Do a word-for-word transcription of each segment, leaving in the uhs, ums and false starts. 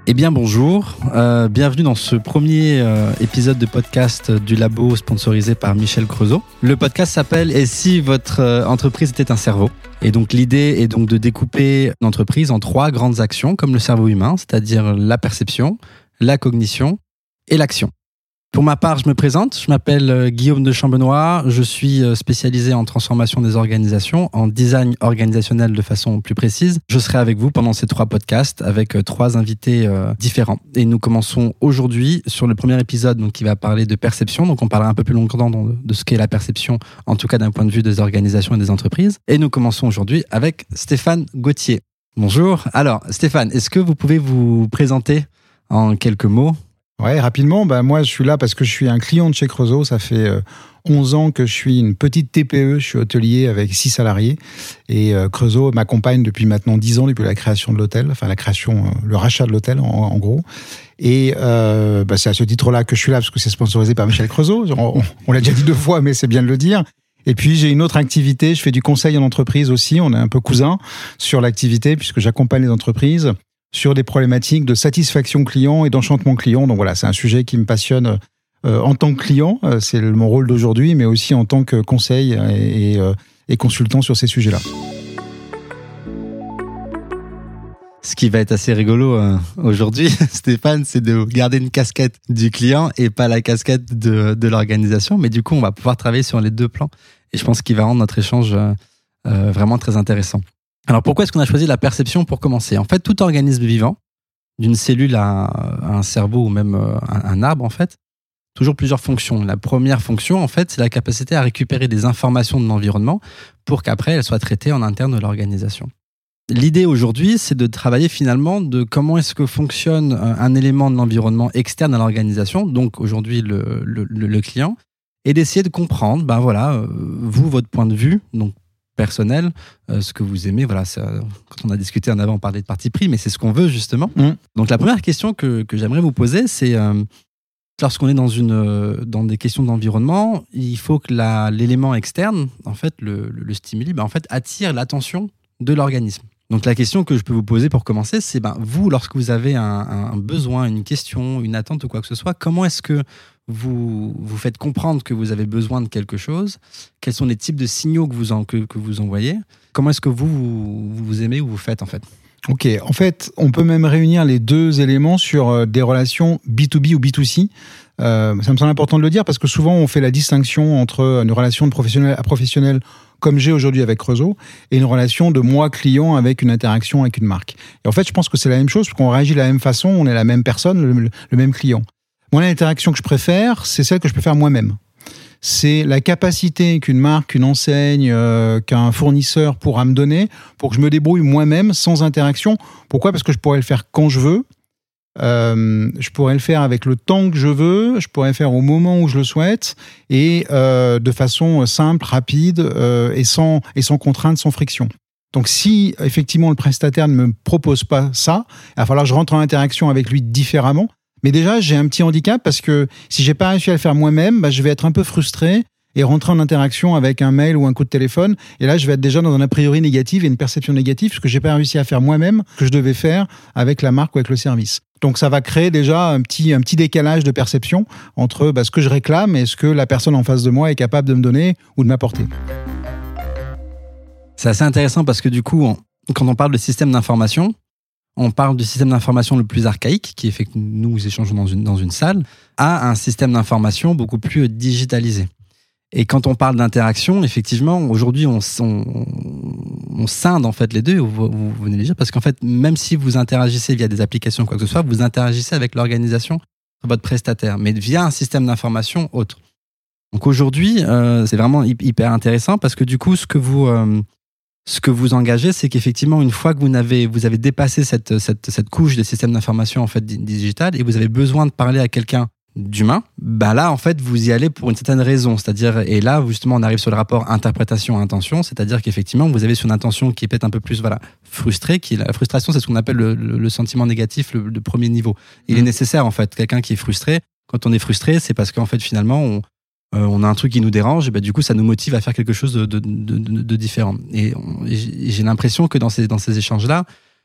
Eh bien bonjour, euh, bienvenue dans ce premier euh, épisode de podcast du Labo sponsorisé par Michel Creusot. Le podcast s'appelle « Et si votre euh, entreprise était un cerveau ?» Et donc l'idée est donc de découper une entreprise en trois grandes actions comme le cerveau humain, c'est-à-dire la perception, la cognition et l'action. Pour ma part, je me présente, je m'appelle Guillaume de Chambenois, je suis spécialisé en transformation des organisations, en design organisationnel de façon plus précise. Je serai avec vous pendant ces trois podcasts avec trois invités euh, différents. Et nous commençons aujourd'hui sur le premier épisode donc, qui va parler de perception. Donc on parlera un peu plus longtemps de ce qu'est la perception, en tout cas d'un point de vue des organisations et des entreprises. Et nous commençons aujourd'hui avec Stéphane Gauthier. Bonjour. Alors Stéphane, est-ce que vous pouvez vous présenter en quelques mots ? Ouais, rapidement, bah moi je suis là parce que je suis un client de chez Creusot. Ça fait euh, onze ans que je suis une petite T P E, je suis hôtelier avec six salariés et euh, Creusot m'accompagne depuis maintenant dix ans, depuis la création de l'hôtel, enfin la création, euh, le rachat de l'hôtel en, en gros. Et euh, bah, c'est à ce titre-là que je suis là parce que c'est sponsorisé par Michel Creusot. On, on l'a déjà dit deux fois, mais c'est bien de le dire. Et puis j'ai une autre activité, je fais du conseil en entreprise aussi. On est un peu cousins sur l'activité puisque j'accompagne les entreprises sur des problématiques de satisfaction client et d'enchantement client. Donc voilà, c'est un sujet qui me passionne euh, en tant que client, euh, c'est le, mon rôle d'aujourd'hui, mais aussi en tant que conseil et, et, euh, et consultant sur ces sujets-là. Ce qui va être assez rigolo euh, aujourd'hui, Stéphane, c'est de garder une casquette du client et pas la casquette de, de l'organisation. Mais du coup, on va pouvoir travailler sur les deux plans. Et je pense qu'il va rendre notre échange euh, euh, vraiment très intéressant. Alors pourquoi est-ce qu'on a choisi la perception pour commencer ? En fait, tout organisme vivant, d'une cellule à, à un cerveau ou même un, un arbre, en fait, toujours plusieurs fonctions. La première fonction, en fait, c'est la capacité à récupérer des informations de l'environnement pour qu'après, elles soient traitées en interne de l'organisation. L'idée aujourd'hui, c'est de travailler finalement de comment est-ce que fonctionne un élément de l'environnement externe à l'organisation, donc aujourd'hui le, le, le client, et d'essayer de comprendre, ben voilà, vous, votre point de vue, donc personnel, euh, ce que vous aimez. Voilà, ça, quand on a discuté en avant, on parlait de parti pris, mais c'est ce qu'on veut justement. Mmh. Donc la première question que, que j'aimerais vous poser, c'est euh, lorsqu'on est dans, une, euh, dans des questions d'environnement, il faut que la, l'élément externe, en fait, le, le, le stimuli, ben, en fait, attire l'attention de l'organisme. Donc la question que je peux vous poser pour commencer, c'est ben, vous, lorsque vous avez un, un besoin, une question, une attente ou quoi que ce soit, comment est-ce que vous vous faites comprendre que vous avez besoin de quelque chose? Quels sont les types de signaux que vous, en, que, que vous envoyez? Comment est-ce que vous, vous, vous aimez ou vous faites en fait? Ok, en fait, on peut même réunir les deux éléments sur des relations B deux B ou B deux C. Euh, ça me semble important de le dire parce que souvent on fait la distinction entre une relation de professionnel à professionnel comme j'ai aujourd'hui avec Creusot et une relation de moi client avec une interaction avec une marque. Et en fait, je pense que c'est la même chose parce qu'on réagit de la même façon, on est la même personne, le, le même client. Moi, l'interaction que je préfère, c'est celle que je peux faire moi-même. C'est la capacité qu'une marque, qu'une enseigne, euh, qu'un fournisseur pourra me donner pour que je me débrouille moi-même sans interaction. Pourquoi ? Parce que je pourrais le faire quand je veux. Euh, je pourrais le faire avec le temps que je veux, je pourrais le faire au moment où je le souhaite et euh, de façon simple, rapide euh, et, sans, et sans contrainte, sans friction. Donc si effectivement le prestataire ne me propose pas ça, il va falloir que je rentre en interaction avec lui différemment. Mais déjà, j'ai un petit handicap parce que si j'ai pas réussi à le faire moi-même, bah, je vais être un peu frustré et rentrer en interaction avec un mail ou un coup de téléphone. Et là, je vais être déjà dans un a priori négatif et une perception négative parce que j'ai pas réussi à faire moi-même ce que je devais faire avec la marque ou avec le service. Donc ça va créer déjà un petit, un petit décalage de perception entre bah, ce que je réclame et ce que la personne en face de moi est capable de me donner ou de m'apporter. C'est assez intéressant parce que du coup, on, quand on parle de système d'information, on parle du système d'information le plus archaïque, qui est fait que nous échangeons dans une, dans une salle, à un système d'information beaucoup plus digitalisé. Et quand on parle d'interaction, effectivement, aujourd'hui, on, on, on scinde en fait les deux, vous, vous venez de dire, parce qu'en fait, même si vous interagissez via des applications ou quoi que ce soit, vous interagissez avec l'organisation de votre prestataire, mais via un système d'information autre. Donc aujourd'hui, euh, c'est vraiment hyper intéressant parce que du coup, ce que vous... Euh, Ce que vous engagez, c'est qu'effectivement, une fois que vous avez, vous avez dépassé cette, cette, cette couche des systèmes d'information en fait, digital et vous avez besoin de parler à quelqu'un d'humain, bah là, en fait, vous y allez pour une certaine raison. C'est-à-dire, et là, justement, on arrive sur le rapport interprétation-intention, c'est-à-dire qu'effectivement, vous avez sur une intention qui est peut-être un peu plus voilà, frustrée. Qui est, la frustration, c'est ce qu'on appelle le, le, le sentiment négatif, le, le premier niveau. Il mmh. est nécessaire, en fait, quelqu'un qui est frustré. Quand on est frustré, c'est parce qu'en fait, finalement, on, Euh, on a un truc qui nous dérange, et ben, du coup, ça nous motive à faire quelque chose de, de, de, de différent. Et, on, et j'ai l'impression que dans ces, dans ces échanges-là,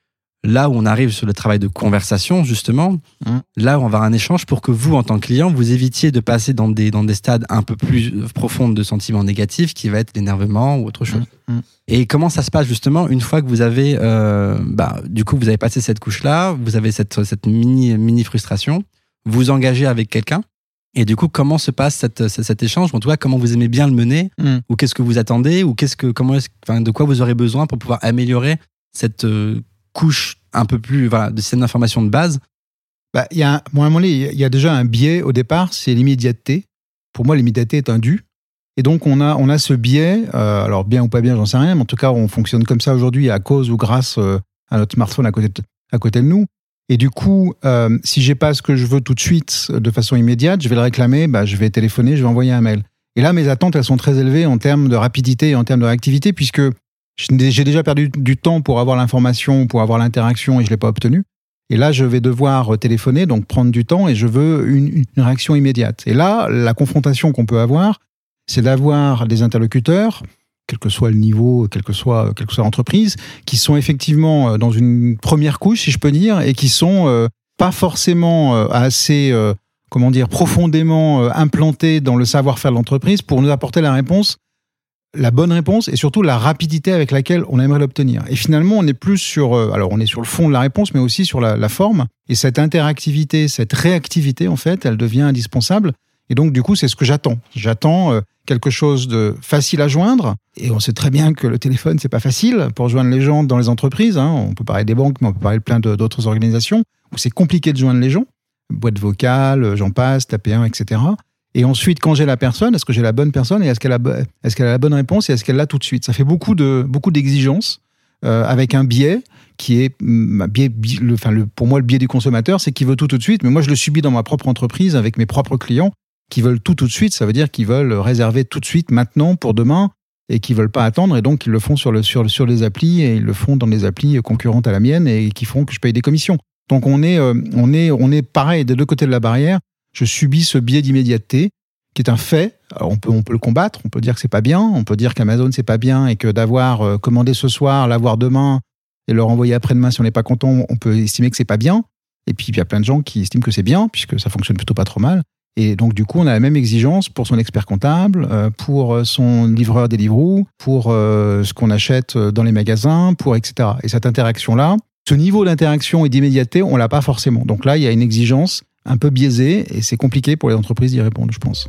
là où on arrive sur le travail de conversation, justement, mmh. là où on va avoir un échange pour que vous, en tant que client, vous évitiez de passer dans des, dans des stades un peu plus profonds de sentiments négatifs, qui va être l'énervement ou autre chose. Mmh. Et comment ça se passe, justement, une fois que vous avez, euh, bah, du coup, vous avez passé cette couche-là, vous avez cette, cette mini, mini frustration, vous engagez avec quelqu'un, et du coup, comment se passe cette, cet, cet échange? En tout cas, comment vous aimez bien le mener? Mmh. Ou qu'est-ce que vous attendez? Ou qu'est-ce que, comment est-ce, enfin, de quoi vous aurez besoin pour pouvoir améliorer cette euh, couche un peu plus, voilà, de système d'information de base? Bah, y a un, bon, à un moment donné, il y a déjà un biais au départ, c'est l'immédiateté. Pour moi, l'immédiateté est un dû. Et donc, on a, on a ce biais, euh, alors bien ou pas bien, j'en sais rien, mais en tout cas, on fonctionne comme ça aujourd'hui à cause ou grâce euh, à notre smartphone à côté de, à côté de nous. Et du coup, euh, si j'ai pas ce que je veux tout de suite, de façon immédiate, je vais le réclamer, bah, je vais téléphoner, je vais envoyer un mail. Et là, mes attentes, elles sont très élevées en termes de rapidité et en termes de réactivité, puisque j'ai déjà perdu du temps pour avoir l'information, pour avoir l'interaction, et je l'ai pas obtenu. Et là, je vais devoir téléphoner, donc prendre du temps, et je veux une, une réaction immédiate. Et là, la confrontation qu'on peut avoir, c'est d'avoir des interlocuteurs, quel que soit le niveau, quelle que soit, quelle que soit l'entreprise, qui sont effectivement dans une première couche, si je peux dire, et qui sont euh, pas forcément euh, assez, euh, comment dire, profondément euh, implantés dans le savoir-faire de l'entreprise pour nous apporter la réponse, la bonne réponse, et surtout la rapidité avec laquelle on aimerait l'obtenir. Et finalement, on est plus sur, euh, alors on est sur le fond de la réponse, mais aussi sur la, la forme. Et cette interactivité, cette réactivité, en fait, elle devient indispensable. Et donc, du coup, c'est ce que j'attends. J'attends euh, quelque chose de facile à joindre. Et on sait très bien que le téléphone, c'est pas facile pour joindre les gens dans les entreprises. Hein. On peut parler des banques, mais on peut parler de plein de, d'autres organisations où c'est compliqué de joindre les gens. Boîte vocale, j'en passe, taper un, et cetera. Et ensuite, quand j'ai la personne, est-ce que j'ai la bonne personne et est-ce qu'elle a, est-ce qu'elle a la bonne réponse et est-ce qu'elle l'a tout de suite? Ça fait beaucoup de, beaucoup d'exigences euh, avec un biais qui est, biais, biais, le, enfin, le, pour moi, le biais du consommateur, c'est qu'il veut tout tout de suite. Mais moi, je le subis dans ma propre entreprise avec mes propres clients qui veulent tout tout de suite. Ça veut dire qu'ils veulent réserver tout de suite, maintenant, pour demain, et qui veulent pas attendre. Et donc, ils le font sur, le, sur, sur les applis et ils le font dans des applis concurrentes à la mienne et qui font que je paye des commissions. Donc, on est, euh, on est, on est pareil des deux côtés de la barrière. Je subis ce biais d'immédiateté qui est un fait. Alors on peut, on peut le combattre, on peut dire que c'est pas bien, on peut dire qu'Amazon c'est pas bien et que d'avoir euh, commandé ce soir, l'avoir demain et le renvoyer après-demain si on n'est pas content, on peut estimer que c'est pas bien. Et puis il y a plein de gens qui estiment que c'est bien puisque ça fonctionne plutôt pas trop mal. Et donc du coup on a la même exigence pour son expert comptable, euh, pour son livreur Deliveroo, pour euh, ce qu'on achète dans les magasins, pour et cetera. Et cette interaction-là, ce niveau d'interaction et d'immédiateté, on l'a pas forcément. Donc là il y a une exigence un peu biaisé et c'est compliqué pour les entreprises d'y répondre, je pense.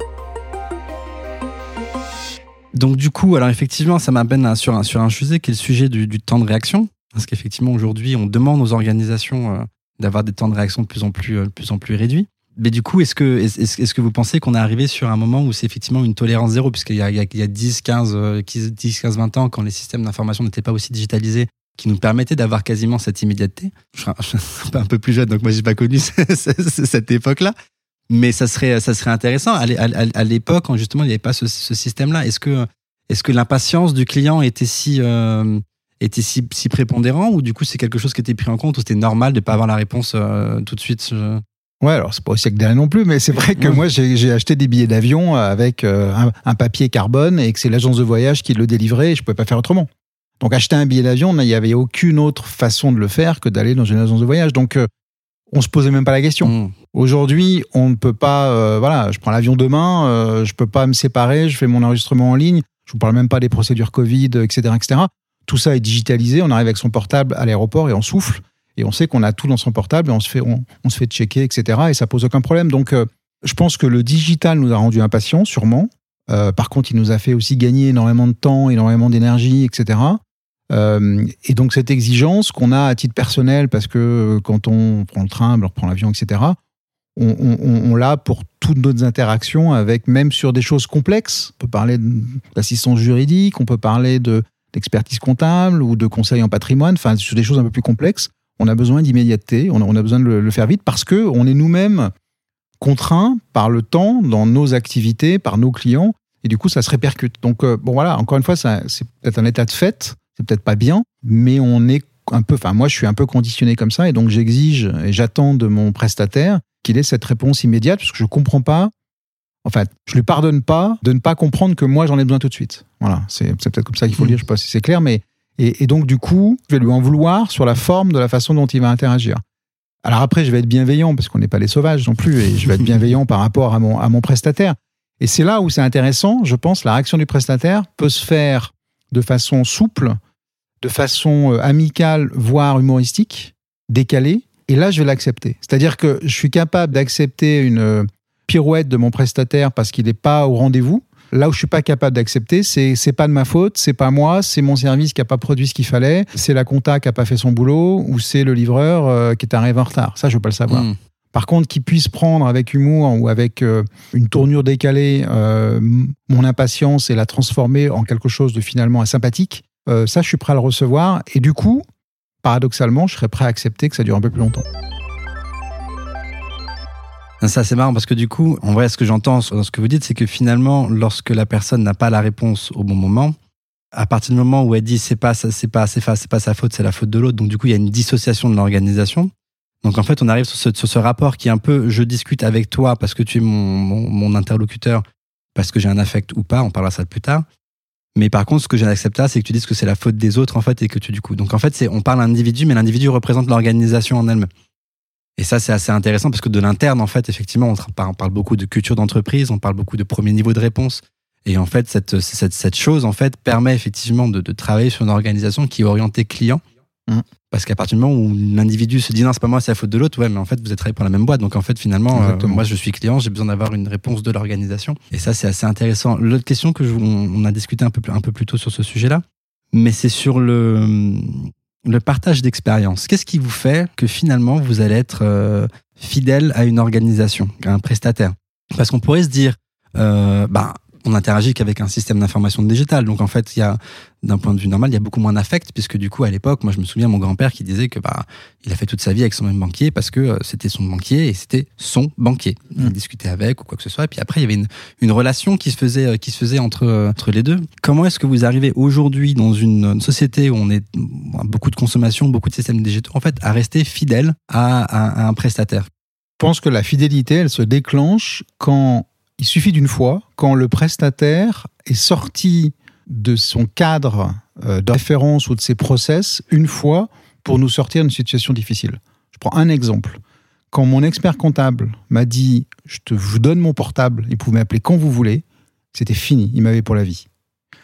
Donc du coup, alors effectivement, ça m'amène sur un, sur un sujet qui est le sujet du, du temps de réaction. Parce qu'effectivement, aujourd'hui, on demande aux organisations euh, d'avoir des temps de réaction de plus en plus, euh, de plus en plus réduits. Mais du coup, est-ce que, est-ce, est-ce que vous pensez qu'on est arrivé sur un moment où c'est effectivement une tolérance zéro? Puisqu'il y a, il y a, il y a dix, quinze, vingt ans, quand les systèmes d'information n'étaient pas aussi digitalisés, qui nous permettait d'avoir quasiment cette immédiateté. Je suis un, je suis un peu plus jeune, donc moi, j'ai pas connu cette époque-là. Mais ça serait, ça serait intéressant. À, à, à l'époque, quand justement, il n'y avait pas ce, ce système-là, est-ce que, est-ce que l'impatience du client était si, euh, était si, si prépondérant ou du coup, c'est quelque chose qui était pris en compte ou c'était normal de ne pas avoir la réponse euh, tout de suite je... Ouais, alors c'est pas aussi derrière non plus, mais c'est vrai que moi, j'ai, j'ai acheté des billets d'avion avec euh, un, un papier carbone et que c'est l'agence de voyage qui le délivrait et je pouvais pas faire autrement. Donc, acheter un billet d'avion, il n'y avait aucune autre façon de le faire que d'aller dans une agence de voyage. Donc, euh, on se posait même pas la question. Mmh. Aujourd'hui, on ne peut pas, euh, voilà, je prends l'avion demain, euh, je peux pas me séparer, je fais mon enregistrement en ligne, je vous parle même pas des procédures Covid, et cetera, et cetera. Tout ça est digitalisé, on arrive avec son portable à l'aéroport et on souffle, et on sait qu'on a tout dans son portable et on se fait, on, on se fait checker, et cetera, et ça pose aucun problème. Donc, euh, je pense que le digital nous a rendu impatients, sûrement. Euh, par contre, il nous a fait aussi gagner énormément de temps, énormément d'énergie, et cetera. Euh, et donc cette exigence qu'on a à titre personnel, parce que quand on prend le train, on prend l'avion, et cetera, on, on, on l'a pour toutes nos interactions avec, même sur des choses complexes. On peut parler d'assistance juridique, on peut parler de, d'expertise comptable ou de conseil en patrimoine, enfin sur des choses un peu plus complexes. On a besoin d'immédiateté, on a, on a besoin de le, le faire vite parce que on est nous-mêmes contraints par le temps dans nos activités, par nos clients, et du coup ça se répercute. Donc euh, bon voilà, encore une fois, ça, c'est peut-être un état de fait. C'est peut-être pas bien, mais on est un peu, enfin moi je suis un peu conditionné comme ça et donc j'exige et j'attends de mon prestataire qu'il ait cette réponse immédiate parce que je comprends pas, enfin je lui pardonne pas de ne pas comprendre que moi j'en ai besoin tout de suite. Voilà, c'est, c'est peut-être comme ça qu'il faut le dire, je sais pas si c'est clair, mais Et, et donc, du coup, je vais lui en vouloir sur la forme de la façon dont il va interagir. Alors après, je vais être bienveillant, parce qu'on n'est pas des sauvages non plus, et je vais être bienveillant par rapport à mon, à mon prestataire. Et c'est là où c'est intéressant, je pense, la réaction du prestataire peut se faire de façon souple, de façon amicale, voire humoristique, décalée, et là, je vais l'accepter. C'est-à-dire que je suis capable d'accepter une pirouette de mon prestataire parce qu'il n'est pas au rendez-vous. Là où je suis pas capable d'accepter, c'est c'est pas de ma faute, c'est pas moi, c'est mon service qui a pas produit ce qu'il fallait, c'est la compta qui a pas fait son boulot, ou c'est le livreur euh, qui est arrivé en retard. Ça, je veux pas le savoir. Mmh. Par contre, qu'il puisse prendre avec humour ou avec euh, une tournure décalée euh, mon impatience et la transformer en quelque chose de finalement sympathique, euh, ça, je suis prêt à le recevoir. Et du coup, paradoxalement, je serais prêt à accepter que ça dure un peu plus longtemps. Ça, c'est marrant parce que du coup, en vrai, ce que j'entends dans ce que vous dites, c'est que finalement, lorsque la personne n'a pas la réponse au bon moment, à partir du moment où elle dit c'est pas, c'est pas, c'est pas, c'est pas sa faute, c'est la faute de l'autre, donc du coup, il y a une dissociation de l'organisation. Donc en fait, on arrive sur ce, sur ce rapport qui est un peu, je discute avec toi parce que tu es mon, mon, mon interlocuteur, parce que j'ai un affect ou pas, on parlera ça plus tard. Mais par contre, ce que j'ai accepté, c'est que tu dises que c'est la faute des autres, en fait, et que tu, du coup. Donc en fait, c'est, on parle d'individu, mais l'individu représente l'organisation en elle-même. Et ça, c'est assez intéressant parce que de l'interne, en fait, effectivement, on parle beaucoup de culture d'entreprise, on parle beaucoup de premier niveau de réponse. Et en fait, cette, cette, cette chose, en fait, permet effectivement de, de travailler sur une organisation qui est orientée client. Mmh. Parce qu'à partir du moment où l'individu se dit non, c'est pas moi, c'est la faute de l'autre, ouais, mais en fait, vous êtes travaillé pour la même boîte. Donc en fait, finalement, euh, moi, je suis client, j'ai besoin d'avoir une réponse de l'organisation. Et ça, c'est assez intéressant. L'autre question que je, on, on a discuté un peu, un peu plus tôt sur ce sujet-là, mais c'est sur le... le partage d'expérience. Qu'est-ce qui vous fait que finalement vous allez être euh, fidèle à une organisation, à un prestataire? Parce qu'on pourrait se dire, euh, bah, on interagit qu'avec un système d'information digitale. Donc en fait, il y a, d'un point de vue normal, il y a beaucoup moins d'affect, puisque du coup, à l'époque, moi je me souviens de mon grand-père qui disait que bah, il a fait toute sa vie avec son même banquier parce que euh, c'était son banquier et c'était son banquier. Il mmh. discutait avec ou quoi que ce soit. Et puis après, il y avait une, une relation qui se faisait, euh, qui se faisait entre, euh, entre les deux. Comment est-ce que vous arrivez aujourd'hui dans une, une société où on est beaucoup de consommation, beaucoup de systèmes digitaux, en fait, à rester fidèle à, à, à un prestataire? Je pense que la fidélité, elle se déclenche quand il suffit d'une fois, quand le prestataire est sorti de son cadre euh, de référence ou de ses process une fois pour nous sortir d'une situation difficile. Je prends un exemple. Quand mon expert comptable m'a dit « je te vous donne mon portable, il pouvait m'appeler quand vous voulez », c'était fini, il m'avait pour la vie. Pourquoi ?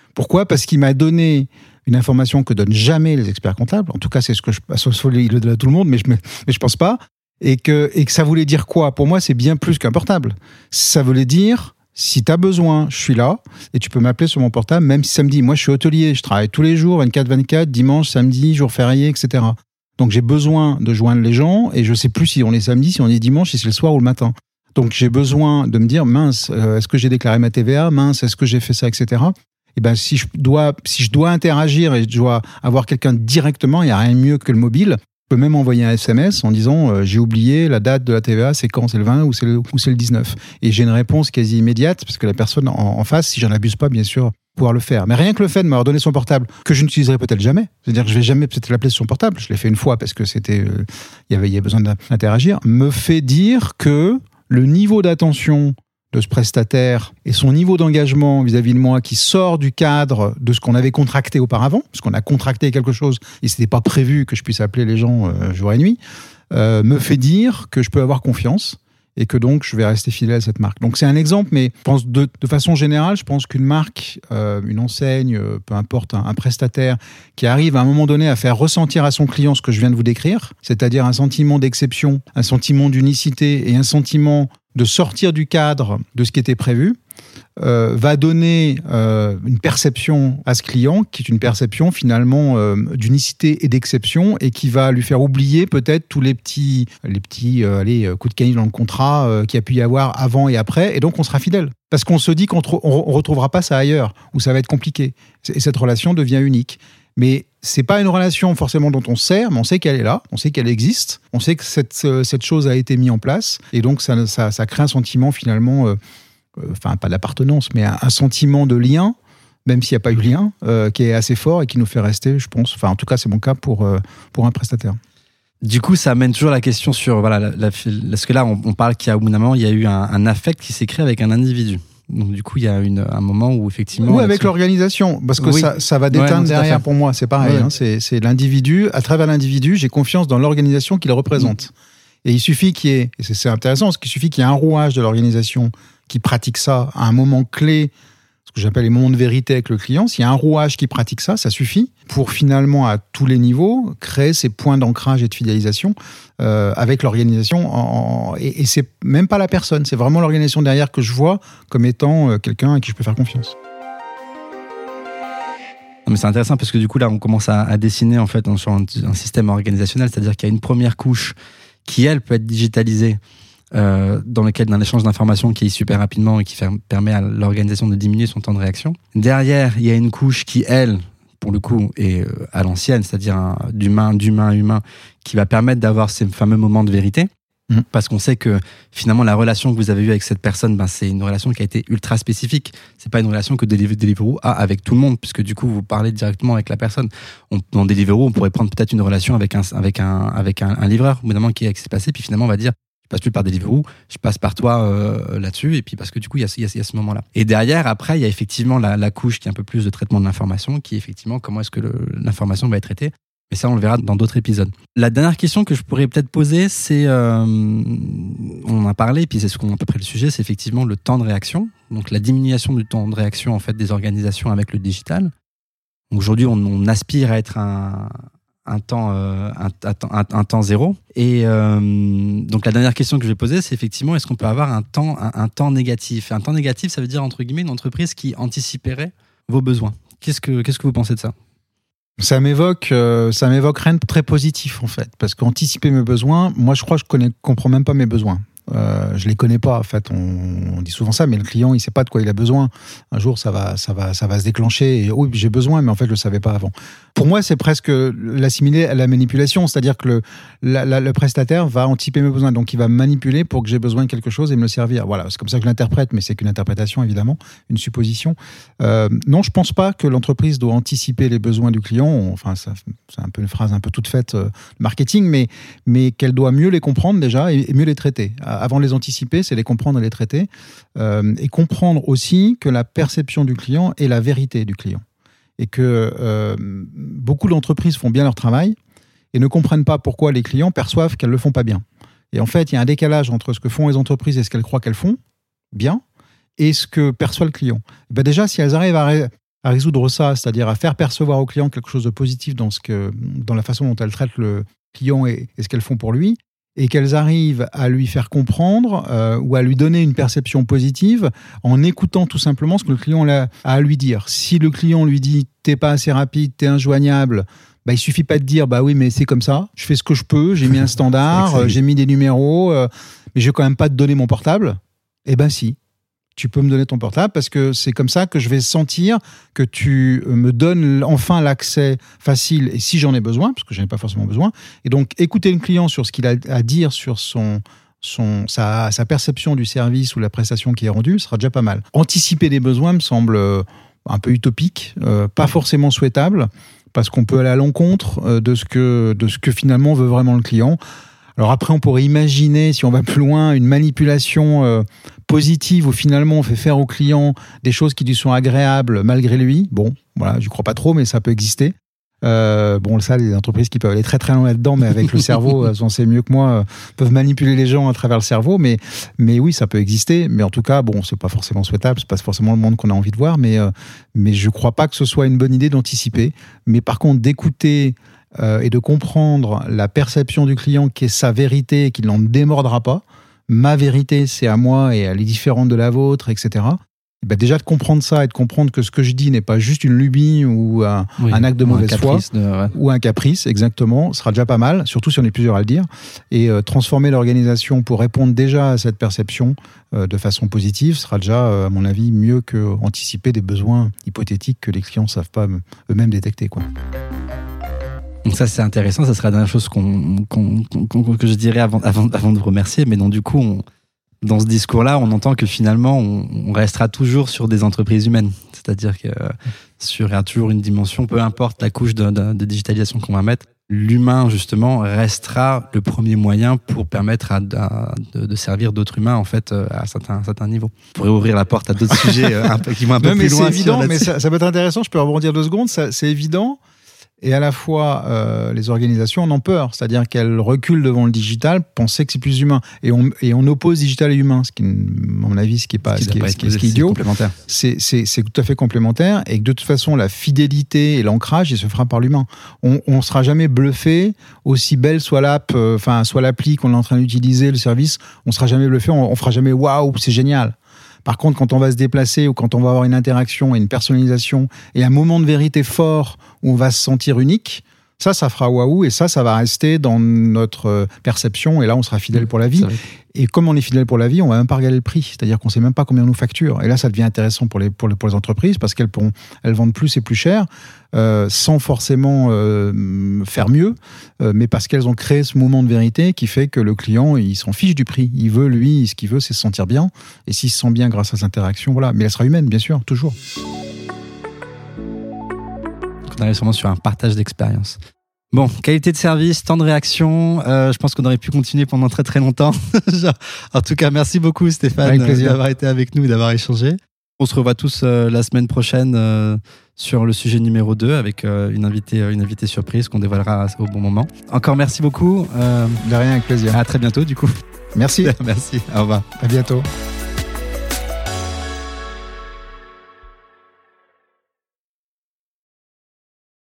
Parce qu'il m'a donné une information que donnent jamais les experts comptables. En tout cas, c'est ce que je... Il le donne à tout le monde, mais je ne mais je pense pas. Et que, et que ça voulait dire quoi ? Pour moi, c'est bien plus qu'un portable. Ça voulait dire, si tu as besoin, je suis là, et tu peux m'appeler sur mon portable, même si samedi. Moi, je suis hôtelier, je travaille tous les jours, vingt-quatre vingt-quatre, dimanche, samedi, jour férié, et cetera. Donc, j'ai besoin de joindre les gens, et je sais plus si on est samedi, si on est dimanche, si c'est le soir ou le matin. Donc, j'ai besoin de me dire, mince, euh, est-ce que j'ai déclaré ma T V A ? Mince, est-ce que j'ai fait ça, et cetera. Et ben, si je dois, si je dois interagir et je dois avoir quelqu'un directement, il n'y a rien de mieux que le mobile. Je peux même envoyer un S M S en disant euh, j'ai oublié la date de la T V A, c'est quand ? C'est le vingt ou c'est le, ou c'est le dix-neuf ? Et j'ai une réponse quasi immédiate parce que la personne en, en face, si j'en abuse pas, bien sûr, pouvoir le faire. Mais rien que le fait de m'avoir donné son portable, que je n'utiliserai peut-être jamais, c'est-à-dire que je vais jamais peut-être l'appeler sur son portable, je l'ai fait une fois parce que c'était, euh, y avait, il y avait besoin d'interagir, me fait dire que le niveau d'attention de ce prestataire et son niveau d'engagement vis-à-vis de moi qui sort du cadre de ce qu'on avait contracté auparavant, parce qu'on a contracté quelque chose et c'était pas prévu que je puisse appeler les gens euh, jour et nuit, euh, me fait dire que je peux avoir confiance et que donc je vais rester fidèle à cette marque. Donc c'est un exemple, mais je pense de, de façon générale, je pense qu'une marque, euh, une enseigne, euh, peu importe, un, un prestataire qui arrive à un moment donné à faire ressentir à son client ce que je viens de vous décrire, c'est-à-dire un sentiment d'exception, un sentiment d'unicité et un sentiment de sortir du cadre de ce qui était prévu, euh, va donner euh, une perception à ce client qui est une perception finalement euh, d'unicité et d'exception et qui va lui faire oublier peut-être tous les petits, les petits euh, allez, coups de canif dans le contrat euh, qu'il y a pu y avoir avant et après, et donc on sera fidèle. Parce qu'on se dit qu'on ne retrouvera pas ça ailleurs, où ça va être compliqué. Et cette relation devient unique. Mais c'est pas une relation forcément dont on sert, mais on sait qu'elle est là, on sait qu'elle existe, on sait que cette, cette chose a été mise en place, et donc ça, ça, ça crée un sentiment finalement, euh, euh, enfin pas d'appartenance, mais un, un sentiment de lien, même s'il n'y a pas eu lien, euh, qui est assez fort et qui nous fait rester, je pense, enfin en tout cas c'est mon cas pour, euh, pour un prestataire. Du coup, ça amène toujours la question sur, voilà, la, la, parce que là on, on parle qu'il y a au bout d'un moment, il y a eu un, un affect qui s'est créé avec un individu. Donc du coup, il y a une, un moment où effectivement... Ou avec l'organisation, parce que oui. ça, ça va déteindre ouais, derrière pour moi, c'est pareil. Ouais. Hein, c'est, c'est l'individu, à travers l'individu, j'ai confiance dans l'organisation qu'il représente. Mmh. Et il suffit qu'il y ait, et c'est, c'est intéressant, parce qu'il suffit qu'il y ait un rouage de l'organisation qui pratique ça à un moment clé, ce que j'appelle les moments de vérité avec le client. S'il y a un rouage qui pratique ça, ça suffit pour finalement, à tous les niveaux, créer ces points d'ancrage et de fidélisation euh, avec l'organisation. En, en, et, et c'est même pas la personne, c'est vraiment l'organisation derrière que je vois comme étant euh, quelqu'un à qui je peux faire confiance. Mais c'est intéressant parce que du coup, là, on commence à, à dessiner en fait sur un, un système organisationnel, c'est-à-dire qu'il y a une première couche qui, elle, peut être digitalisée, Euh, dans lequel d'un échange d'informations qui est super rapidement et qui fait, permet à l'organisation de diminuer son temps de réaction. Derrière, il y a une couche qui, elle, pour le coup, est à l'ancienne, c'est-à-dire un, d'humain, d'humain à humain, qui va permettre d'avoir ces fameux moments de vérité. Mmh. Parce qu'on sait que finalement, la relation que vous avez eue avec cette personne, ben, c'est une relation qui a été ultra spécifique. C'est pas une relation que Deliveroo a avec tout le monde, puisque du coup, vous parlez directement avec la personne. On, dans Deliveroo, on pourrait prendre peut-être une relation avec un, avec un, avec un, un livreur, évidemment, qui est ce qui s'est passé, puis finalement, on va dire, je passe plus par Deliveroo, je passe par toi euh, là-dessus, et puis parce que du coup, il y a, y, a, y a ce moment-là. Et derrière, après, il y a effectivement la, la couche qui est un peu plus de traitement de l'information, qui est effectivement comment est-ce que le, l'information va être traitée. Mais ça, on le verra dans d'autres épisodes. La dernière question que je pourrais peut-être poser, c'est, euh, on en a parlé, et puis c'est ce qu'on a à peu près le sujet, c'est effectivement le temps de réaction, donc la diminution du temps de réaction en fait des organisations avec le digital. Donc, aujourd'hui, on, on aspire à être un un temps, euh, un, un, un temps zéro. Et euh, donc la dernière question que je vais poser, c'est effectivement, est-ce qu'on peut avoir un temps, un, un temps négatif ? Un temps négatif, ça veut dire, entre guillemets, une entreprise qui anticiperait vos besoins. Qu'est-ce que, qu'est-ce que vous pensez de ça ? Ça m'évoque, euh, ça m'évoque rien de très positif, en fait. Parce qu'anticiper mes besoins, moi, je crois que je connais, comprends même pas mes besoins. Euh, je les connais pas, en fait. On, on dit souvent ça, mais le client, il sait pas de quoi il a besoin. Un jour, ça va, ça va, ça va se déclencher. Et oui, j'ai besoin, mais en fait, je le savais pas avant. Pour moi, c'est presque l'assimiler à la manipulation, c'est-à-dire que le, la, la, le prestataire va anticiper mes besoins, donc il va manipuler pour que j'ai besoin de quelque chose et me le servir. Voilà, c'est comme ça que je l'interprète, mais c'est qu'une interprétation, évidemment, une supposition. Euh, non, je pense pas que l'entreprise doit anticiper les besoins du client. Enfin, ça, c'est un peu une phrase un peu toute faite euh, marketing, mais mais qu'elle doit mieux les comprendre déjà et, et mieux les traiter. Avant de les anticiper, c'est les comprendre et les traiter, euh, et comprendre aussi que la perception du client est la vérité du client. Et que euh, beaucoup d'entreprises font bien leur travail et ne comprennent pas pourquoi les clients perçoivent qu'elles ne le font pas bien. Et en fait, il y a un décalage entre ce que font les entreprises et ce qu'elles croient qu'elles font bien et ce que perçoit le client. Et ben déjà, si elles arrivent à, ré- à résoudre ça, c'est-à-dire à faire percevoir au client quelque chose de positif dans, ce que, dans la façon dont elles traitent le client et, et ce qu'elles font pour lui, et qu'elles arrivent à lui faire comprendre euh, ou à lui donner une perception positive en écoutant tout simplement ce que le client a à lui dire. Si le client lui dit « t'es pas assez rapide, t'es injoignable », bah, il suffit pas de dire « bah oui, mais c'est comme ça, je fais ce que je peux, j'ai mis un standard, euh, j'ai mis des numéros, euh, mais je vais quand même pas te donner mon portable ». Eh ben si, tu peux me donner ton portable parce que c'est comme ça que je vais sentir que tu me donnes enfin l'accès facile et si j'en ai besoin, parce que je n'en ai pas forcément besoin. Et donc, écouter le client sur ce qu'il a à dire sur son, son, sa, sa perception du service ou la prestation qui est rendue sera déjà pas mal. Anticiper les besoins me semble un peu utopique, euh, pas forcément souhaitable, parce qu'on peut aller à l'encontre de ce que, de ce que finalement veut vraiment le client. Alors après, on pourrait imaginer, si on va plus loin, une manipulation euh, positive où finalement on fait faire au client des choses qui lui sont agréables malgré lui. Bon, voilà, je crois pas trop, mais ça peut exister. Euh, bon, ça, les entreprises qui peuvent aller très très loin là-dedans, mais avec le cerveau, elles en savent mieux que moi, euh, peuvent manipuler les gens à travers le cerveau. Mais, mais oui, ça peut exister. Mais en tout cas, bon, c'est pas forcément souhaitable, c'est pas forcément le monde qu'on a envie de voir. Mais, euh, mais je crois pas que ce soit une bonne idée d'anticiper. Mais par contre, d'écouter Euh, et de comprendre la perception du client qui est sa vérité et qu'il n'en démordra pas. Ma vérité, c'est à moi et elle est différente de la vôtre, et cetera. Et ben déjà de comprendre ça et de comprendre que ce que je dis n'est pas juste une lubie ou un, oui, un acte de mauvaise foi de, ouais. ou un caprice, exactement, sera déjà pas mal, surtout si on est plusieurs à le dire. Et euh, transformer l'organisation pour répondre déjà à cette perception euh, de façon positive sera déjà, euh, à mon avis, mieux qu'anticiper des besoins hypothétiques que les clients ne savent pas eux-mêmes détecter, quoi. Donc ça, c'est intéressant. Ça sera la dernière chose qu'on, qu'on, qu'on, que je dirais avant, avant, avant de vous remercier. Mais donc, du coup, on, dans ce discours-là, on entend que finalement, on, on restera toujours sur des entreprises humaines. C'est-à-dire que euh, sur, il y a toujours une dimension, peu importe la couche de, de, de digitalisation qu'on va mettre, l'humain, justement, restera le premier moyen pour permettre à, à, de, de servir d'autres humains, en fait, à certains, à certains niveaux. On pourrait ouvrir la porte à d'autres sujets un peu, qui vont un peu non, plus mais loin. C'est évident, sur mais ça, ça peut être intéressant. Je peux rebondir deux secondes. Ça, c'est évident. Et à la fois, euh, les organisations en ont peur. C'est-à-dire qu'elles reculent devant le digital, penser que c'est plus humain. Et on, et on oppose digital et humain, ce qui, à mon avis, ce qui est pas, ce qui, ce qui, ce qui est idiot. C'est, c'est, c'est tout à fait complémentaire. Et que de toute façon, la fidélité et l'ancrage, il se fera par l'humain. On, on sera jamais bluffé, aussi belle soit l'app, enfin, euh, soit l'appli qu'on est en train d'utiliser, le service, on sera jamais bluffé, on, on fera jamais waouh, c'est génial. Par contre, quand on va se déplacer ou quand on va avoir une interaction et une personnalisation et un moment de vérité fort où on va se sentir unique, ça, ça fera waouh et ça, ça va rester dans notre perception et là, on sera fidèle pour la vie. Et comme on est fidèle pour la vie, on va même pas regarder le prix. C'est-à-dire qu'on sait même pas combien on nous facture. Et là, ça devient intéressant pour les, pour les, pour les entreprises parce qu'elles pourront, elles vendent plus et plus cher euh, sans forcément euh, faire mieux, euh, mais parce qu'elles ont créé ce moment de vérité qui fait que le client, il s'en fiche du prix. Il veut, lui, ce qu'il veut, c'est se sentir bien. Et s'il se sent bien grâce à cette interaction, voilà. Mais elle sera humaine, bien sûr, toujours. On arrive sûrement sur un partage d'expérience. Bon, qualité de service, temps de réaction, euh, je pense qu'on aurait pu continuer pendant très très longtemps. En tout cas, merci beaucoup Stéphane d'avoir été avec nous et d'avoir échangé. On se revoit tous euh, la semaine prochaine euh, sur le sujet numéro deux avec euh, une, invitée, une invitée surprise qu'on dévoilera au bon moment. Encore merci beaucoup. Euh, de rien, avec plaisir. À très bientôt du coup. Merci. Merci, au revoir. À bientôt.